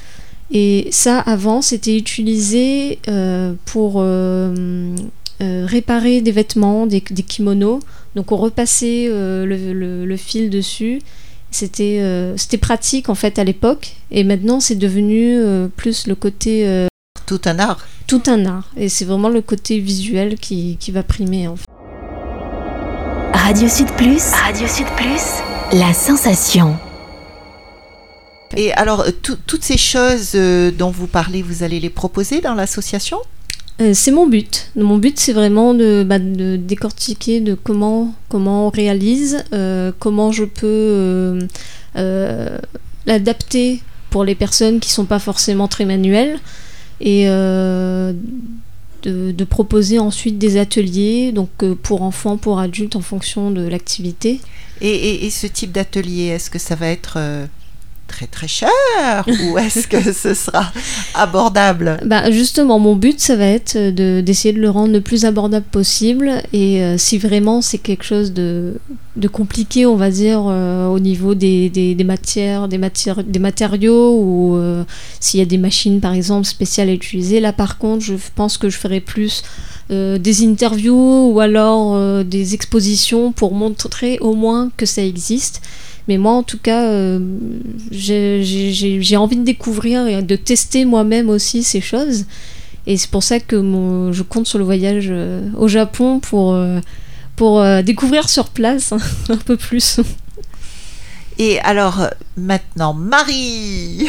Et ça, avant, c'était utilisé euh, pour euh, euh, réparer des vêtements, des, des kimonos. Donc on repassait euh, le, le, le fil dessus. C'était, euh, c'était pratique en fait à l'époque. Et maintenant, c'est devenu euh, plus le côté... Euh, tout un art. Tout un art. Et c'est vraiment le côté visuel qui, qui va primer en fait. Radio Sud Plus, Radio Sud Plus, la sensation. Et alors, tout, toutes ces choses euh, dont vous parlez, vous allez les proposer dans l'association ? euh, C'est mon but. Mon but, c'est vraiment de, bah, de décortiquer de comment, comment on réalise, euh, comment je peux euh, euh, l'adapter pour les personnes qui ne sont pas forcément très manuelles et euh, De, de proposer ensuite des ateliers, donc euh, pour enfants, pour adultes, en fonction de l'activité. Et, et, et ce type d'atelier, est-ce que ça va être euh, très très cher ou est-ce que ce sera abordable ? Bah, justement, mon but, ça va être de, d'essayer de le rendre le plus abordable possible. Et euh, si vraiment c'est quelque chose de, de compliqué, on va dire, euh, au niveau des, des, des matières, des, matières, des matériaux, ou euh, s'il y a des machines, par exemple, spéciales à utiliser, là, par contre, je pense que je ferai plus euh, des interviews ou alors euh, des expositions pour montrer au moins que ça existe. Mais moi, en tout cas, euh, j'ai, j'ai, j'ai envie de découvrir et de tester moi-même aussi ces choses. Et c'est pour ça que mon, je compte sur le voyage euh, au Japon pour, euh, pour euh, découvrir sur place hein, un peu plus. Et alors, maintenant, Marie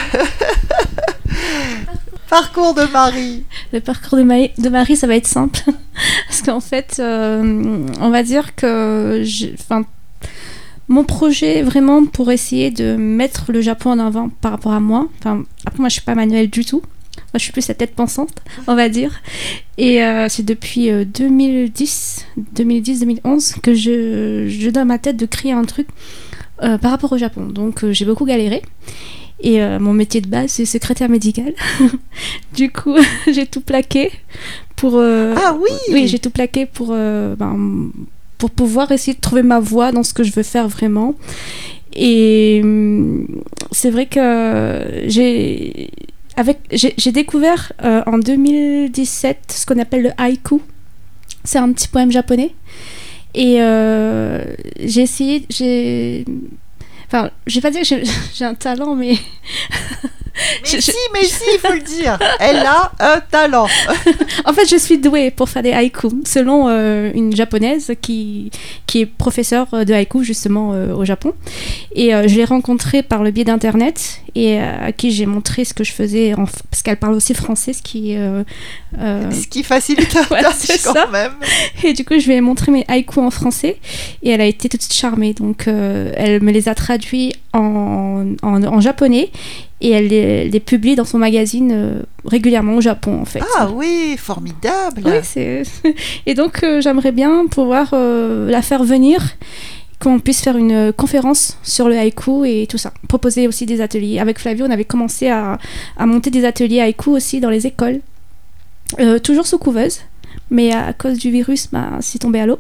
Parcours de Marie. Le parcours de, Ma- de Marie, ça va être simple. Parce qu'en fait, euh, on va dire que... j'ai, mon projet vraiment pour essayer de mettre le Japon en avant par rapport à moi. Enfin, après moi je suis pas manuelle du tout, Moi, je suis plus la tête pensante, on va dire. Et euh, c'est depuis euh, deux mille dix, deux mille dix, deux mille onze que je, je donne à ma tête de créer un truc euh, par rapport au Japon. Donc, euh, j'ai beaucoup galéré. Et euh, mon métier de base, c'est secrétaire médicale. Du coup, j'ai tout plaqué pour... Euh, ah oui Oui, j'ai tout plaqué pour, euh, ben, pour pouvoir essayer de trouver ma voie dans ce que je veux faire vraiment. Et euh, c'est vrai que j'ai... Avec, j'ai, j'ai découvert euh, en deux mille dix-sept ce qu'on appelle le haïku. C'est un petit poème japonais. Et euh, j'ai essayé... J'ai... Enfin, je vais pas dire que j'ai, j'ai un talent, mais... Mais je, si, je... mais si, il faut le dire. Elle a un talent. En fait, je suis douée pour faire des haïkus, selon euh, une japonaise qui, qui est professeure de haïku, justement, euh, au Japon. Et euh, je l'ai rencontrée par le biais d'Internet, et euh, à qui j'ai montré ce que je faisais, en... parce qu'elle parle aussi français, ce qui... Euh, euh... Ce qui facilite la voilà, tâche quand ça. même. Et du coup, je lui ai montré mes haïkus en français, et elle a été toute charmée. Donc, euh, elle me les a traduits en, en, en japonais, et elle les, les publie dans son magazine euh, régulièrement au Japon, en fait. Ah oui, formidable. Oui, c'est... Et donc, euh, j'aimerais bien pouvoir euh, la faire venir, qu'on puisse faire une conférence sur le haïku et tout ça. Proposer aussi des ateliers. Avec Flavie, on avait commencé à, à monter des ateliers haïku aussi dans les écoles. Euh, toujours sous couveuse, mais à cause du virus, bah, c'est tombé à l'eau.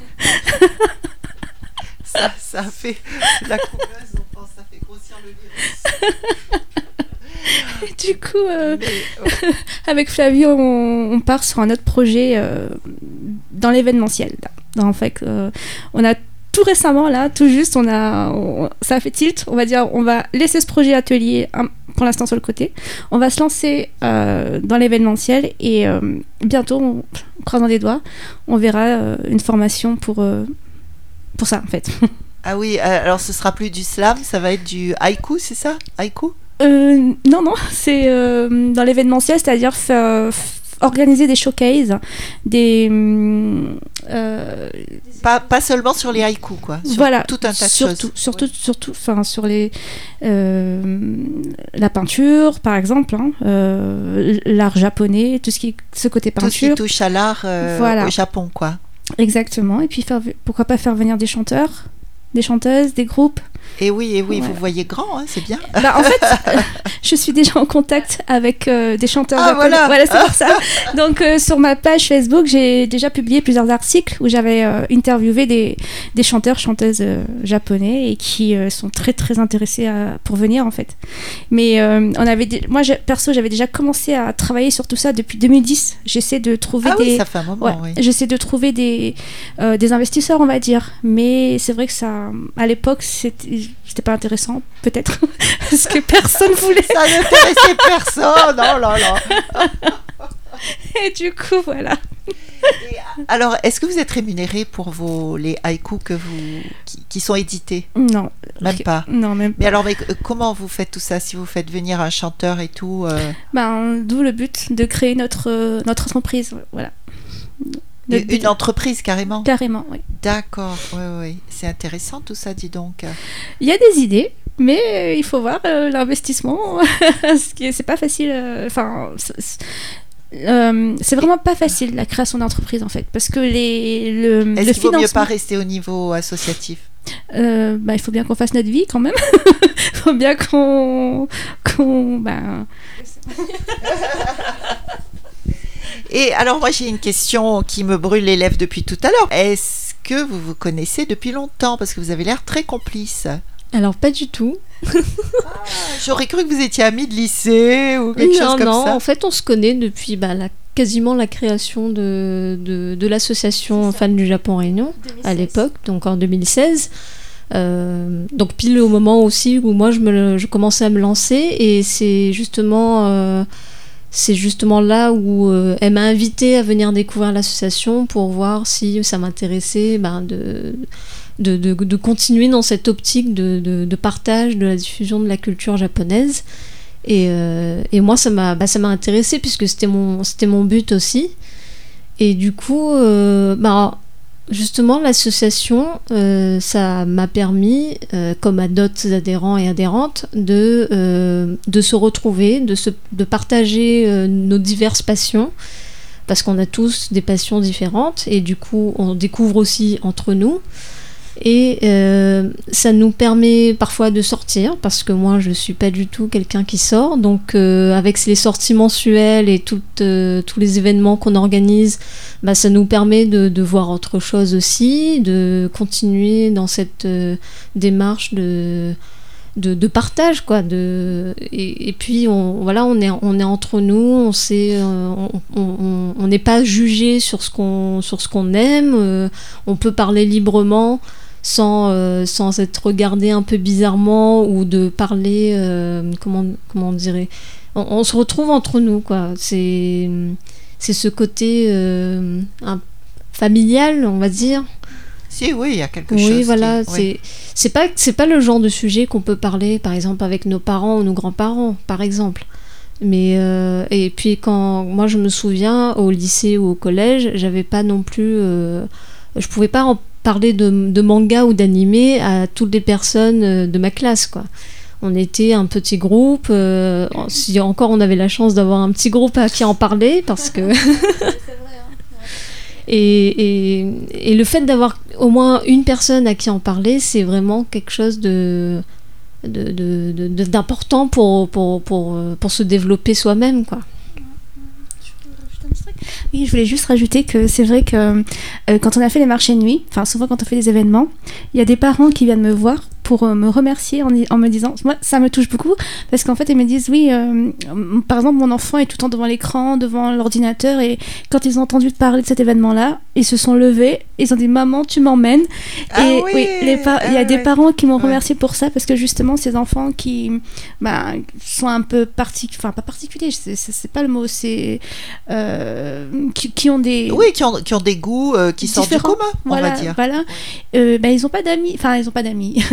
ça, ça fait... La couveuse, on pense, ça fait grossir le virus. Et du coup, euh, Mais, ouais. avec Flavie, on, on part sur un autre projet euh, dans l'événementiel. Là. En fait, euh, on a tout récemment, là, tout juste, on a, on, ça a fait tilt. On va dire, on va laisser ce projet atelier hein, pour l'instant sur le côté. On va se lancer euh, dans l'événementiel et euh, bientôt, on, croisant les doigts, on verra euh, une formation pour, euh, pour ça, en fait. Ah oui, alors ce sera plus du slam, ça va être du haïku, c'est ça? Haïku? Euh, non, non, c'est euh, dans l'événementiel, c'est-à-dire f- f- organiser des showcases, des... Euh, pas, pas seulement sur les haïkus, quoi. Sur voilà, tout un tas de surtout, choses. Surtout, oui. surtout, enfin, sur les... Euh, la peinture, par exemple, hein, euh, l'art japonais, tout ce qui est ce côté peinture. Tout ce qui touche à l'art euh, voilà. Au Japon, quoi. Exactement, et puis faire, pourquoi pas faire venir des chanteurs, des chanteuses, des groupes. Et oui, et oui, ouais. Vous voyez grand, hein, c'est bien. Bah, en fait, euh, je suis déjà en contact avec euh, des chanteurs ah, japonais. Voilà, voilà, c'est pour ça. Donc, euh, sur ma page Facebook, j'ai déjà publié plusieurs articles où j'avais euh, interviewé des, des chanteurs, chanteuses euh, japonais et qui euh, sont très, très intéressés à, pour venir, en fait. Mais euh, on avait, dé- moi, je, perso, j'avais déjà commencé à travailler sur tout ça depuis deux mille dix. J'essaie de trouver ah des... oui, ça fait un moment, ouais, oui. J'essaie de trouver des, euh, des investisseurs, on va dire. Mais c'est vrai que ça, à l'époque, c'était... C'était pas intéressant, peut-être, parce que personne voulait. Ça n'intéressait personne, oh là là. Et du coup, voilà. Et alors, est-ce que vous êtes rémunéré pour vos, les haïkus que vous, qui, qui sont édités? Non. Même pas. Non, même pas. Mais alors, mais, euh, comment vous faites tout ça si vous faites venir un chanteur et tout euh... Ben, d'où le but de créer notre, euh, notre entreprise, voilà. Une, une entreprise, carrément? Carrément, oui. D'accord, oui, oui. C'est intéressant tout ça, dis donc. Il y a des idées, mais euh, il faut voir euh, l'investissement. C'est pas facile. Enfin, euh, c'est, euh, c'est vraiment pas facile la création d'entreprise en fait, parce que les le, Est-ce le qu'il vaut financement... mieux pas rester au niveau associatif? Euh, bah, il faut bien qu'on fasse notre vie quand même. Il faut bien qu'on... qu'on bah... Et alors moi j'ai une question qui me brûle les lèvres depuis tout à l'heure. Est-ce que vous vous connaissez depuis longtemps? Parce que vous avez l'air très complice. Alors pas du tout. Ah, j'aurais cru que vous étiez amis de lycée ou quelque non, chose comme non, ça. Non, en fait on se connaît depuis bah, la, quasiment la création de, de, de l'association Fans du Japon Réunion à l'époque, donc en deux mille seize. Euh, donc pile au moment aussi où moi je, me, je commençais à me lancer et c'est justement... Euh, C'est justement là où euh, elle m'a invitée à venir découvrir l'association pour voir si ça m'intéressait ben, de, de, de, de continuer dans cette optique de, de, de partage de la diffusion de la culture japonaise. Et, euh, et moi, ça m'a, bah, ça m'a intéressée puisque c'était mon, c'était mon but aussi. Et du coup, euh, bah, Justement, l'association, euh, ça m'a permis, euh, comme à d'autres adhérents et adhérentes, de, euh, de se retrouver, de, se, de partager euh, nos diverses passions, parce qu'on a tous des passions différentes, et du coup, on découvre aussi entre nous. Et euh, ça nous permet parfois de sortir, parce que moi, je ne suis pas du tout quelqu'un qui sort. Donc, euh, avec les sorties mensuelles et toutes, euh, tous les événements qu'on organise, bah, ça nous permet de, de voir autre chose aussi, de continuer dans cette euh, démarche de, de, de partage, quoi. De, et, et puis, on, voilà, on est, on est entre nous, on sait, euh, on n'est pas jugé sur ce qu'on, sur ce qu'on aime, euh, on peut parler librement. Sans, euh, sans être regardé un peu bizarrement ou de parler, euh, comment, comment on dirait, on, on se retrouve entre nous, quoi. C'est, c'est ce côté euh, un, familial, on va dire. Si, oui, il y a quelque oui, chose. Oui, voilà, qui... c'est, oui. c'est pas, c'est pas le genre de sujet qu'on peut parler, par exemple, avec nos parents ou nos grands-parents, par exemple. Mais, euh, et puis, quand moi, je me souviens, au lycée ou au collège, j'avais pas non plus... Euh, je pouvais pas en parler de, de manga ou d'animé à toutes les personnes de ma classe, quoi. On était un petit groupe, euh, si encore on avait la chance d'avoir un petit groupe à qui en parler, parce que... et, et, et le fait d'avoir au moins une personne à qui en parler, c'est vraiment quelque chose de, de, de, de, de, d'important pour, pour, pour, pour se développer soi-même, quoi. Oui, je voulais juste rajouter que c'est vrai que euh, quand on a fait les marchés de nuit, enfin souvent quand on fait des événements, il y a des parents qui viennent me voir pour euh, me remercier en, en me disant, moi ça me touche beaucoup parce qu'en fait ils me disent oui, euh, par exemple mon enfant est tout le temps devant l'écran, devant l'ordinateur et quand ils ont entendu parler de cet événement-là, ils se sont levés, ils ont dit maman tu m'emmènes ah et oui, oui, les pa- ah il y a oui. des parents qui m'ont ouais. remercié pour ça parce que justement ces enfants qui bah, sont un peu particuliers, enfin pas particuliers, c'est, c'est, c'est pas le mot, c'est euh, qui, qui ont des oui qui ont, qui ont des goûts euh, qui sortent du commun, voilà, on va dire. Voilà, euh, bah, ils ont pas d'amis, enfin ils ont pas d'amis.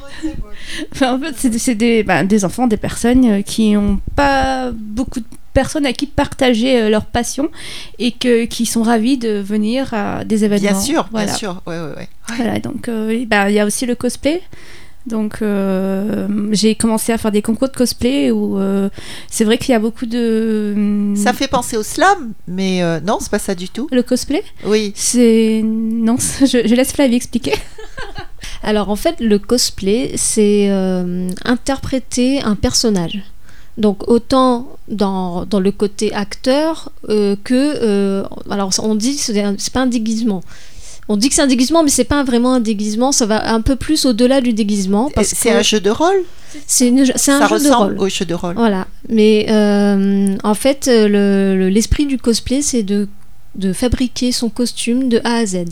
Enfin, en fait, c'est, c'est des, bah, des enfants, des personnes euh, qui n'ont pas beaucoup de personnes à qui partager euh, leur passion et que, qui sont ravis de venir à des événements. Bien sûr, voilà. bien sûr. Ouais, ouais, ouais. Voilà, donc euh, bah, y a aussi le cosplay. Donc euh, j'ai commencé à faire des concours de cosplay où euh, c'est vrai qu'il y a beaucoup de... Ça fait penser au slam, mais euh, non, c'est pas ça du tout. Le cosplay ? Oui. C'est... Non, je, je laisse Flavie expliquer. Alors en fait, le cosplay, c'est euh, interpréter un personnage. Donc autant dans, dans le côté acteur euh, que... Euh, alors on dit que c'est, un, c'est pas un déguisement. On dit que c'est un déguisement, mais c'est pas vraiment un déguisement. Ça va un peu plus au-delà du déguisement. Parce c'est que un jeu de rôle. C'est, une, c'est un ça jeu de rôle. ressemble au jeu de rôle. Voilà. Mais euh, en fait, le, le, l'esprit du cosplay, c'est de, de fabriquer son costume de A à Z.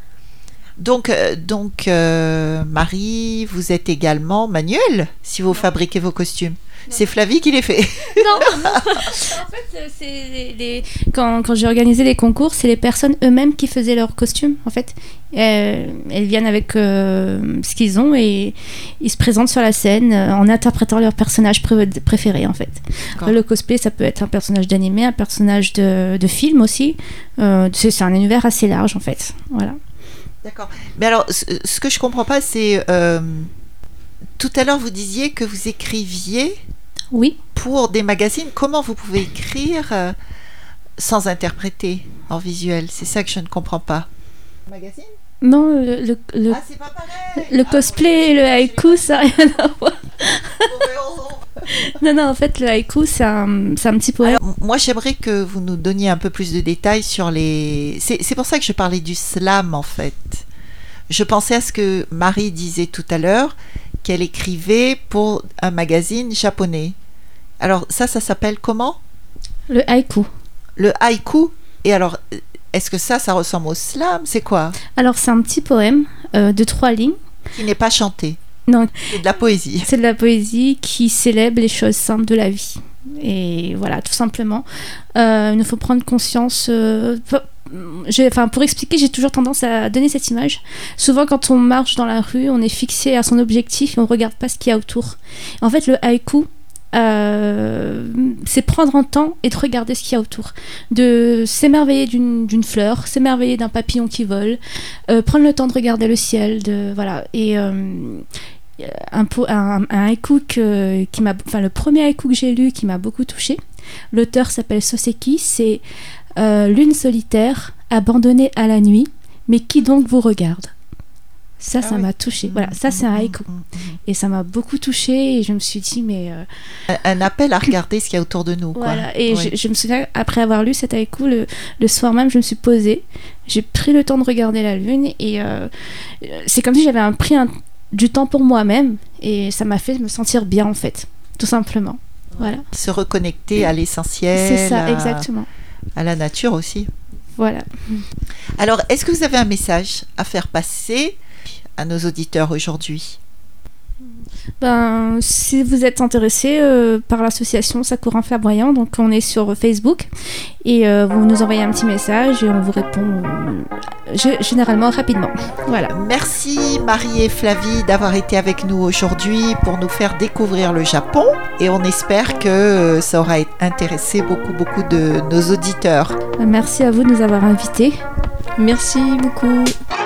Donc, euh, donc euh, Marie, vous êtes également manuelle si vous fabriquez vos costumes. Non. C'est Flavie qui les fait. Non. En fait, c'est les, les... Quand, quand j'ai organisé les concours, c'est les personnes eux-mêmes qui faisaient leurs costumes. En fait, euh, elles viennent avec euh, ce qu'ils ont et ils se présentent sur la scène euh, en interprétant leur personnage pré- préféré. En fait, D'accord. Le cosplay, ça peut être un personnage d'animé, un personnage de, de film aussi. Euh, c'est, c'est un univers assez large, en fait. Voilà. D'accord. Mais alors, ce, ce que je comprends pas, c'est euh, tout à l'heure vous disiez que vous écriviez. Oui. Pour des magazines. Comment vous pouvez écrire euh, sans interpréter en visuel ? C'est ça que je ne comprends pas. Magazine ? Non, le, le, le, ah, c'est pas pareil. le cosplay ah, et le haïku, ça n'a rien à voir. Non, non, en fait, le haïku, c'est un, c'est un petit poème. Alors, moi, j'aimerais que vous nous donniez un peu plus de détails sur les... C'est, c'est pour ça que je parlais du slam, en fait. Je pensais à ce que Marie disait tout à l'heure, qu'elle écrivait pour un magazine japonais. Alors, ça, ça s'appelle comment ? Le haïku. Le haïku ? Et alors, est-ce que ça, ça ressemble au slam ? C'est quoi ? Alors, c'est un petit poème euh, de trois lignes. Qui n'est pas chanté ? Non. C'est de la poésie. C'est de la poésie qui célèbre les choses simples de la vie. Et voilà, tout simplement. Euh, il nous faut prendre conscience... Euh, j'ai, enfin, pour expliquer, j'ai toujours tendance à donner cette image. Souvent, quand on marche dans la rue, on est fixé à son objectif et on ne regarde pas ce qu'il y a autour. En fait, le haïku, euh, c'est prendre un temps et de regarder ce qu'il y a autour, de s'émerveiller d'une, d'une fleur, s'émerveiller d'un papillon qui vole, euh, prendre le temps de regarder le ciel, de voilà. Et euh, un, un, un haïku que, qui m'a, enfin le premier haïku que j'ai lu qui m'a beaucoup touchée. L'auteur s'appelle Soseki, c'est euh, lune solitaire, abandonnée à la nuit, mais qui donc vous regarde? Ça, ah ça oui. m'a touchée. Voilà, ça c'est un haïku. Et ça m'a beaucoup touchée et je me suis dit, mais... Euh... Un appel à regarder ce qu'il y a autour de nous. Quoi. Voilà, et oui. je, je me souviens, après avoir lu cet haïku, le, le soir même, je me suis posée, j'ai pris le temps de regarder la lune et euh, c'est comme si j'avais un, pris un, du temps pour moi-même et ça m'a fait me sentir bien en fait, tout simplement. Voilà. Se reconnecter à l'essentiel. C'est ça, à, exactement. À la nature aussi. Voilà. Alors, est-ce que vous avez un message à faire passer à nos auditeurs aujourd'hui? Ben, si vous êtes intéressé euh, par l'association Sakura Flamboyant, donc on est sur Facebook et euh, vous nous envoyez un petit message et on vous répond euh, g- généralement rapidement. Voilà. Merci Marie et Flavie d'avoir été avec nous aujourd'hui pour nous faire découvrir le Japon et on espère que euh, ça aura intéressé beaucoup beaucoup de nos auditeurs. Merci à vous de nous avoir invités. Merci beaucoup.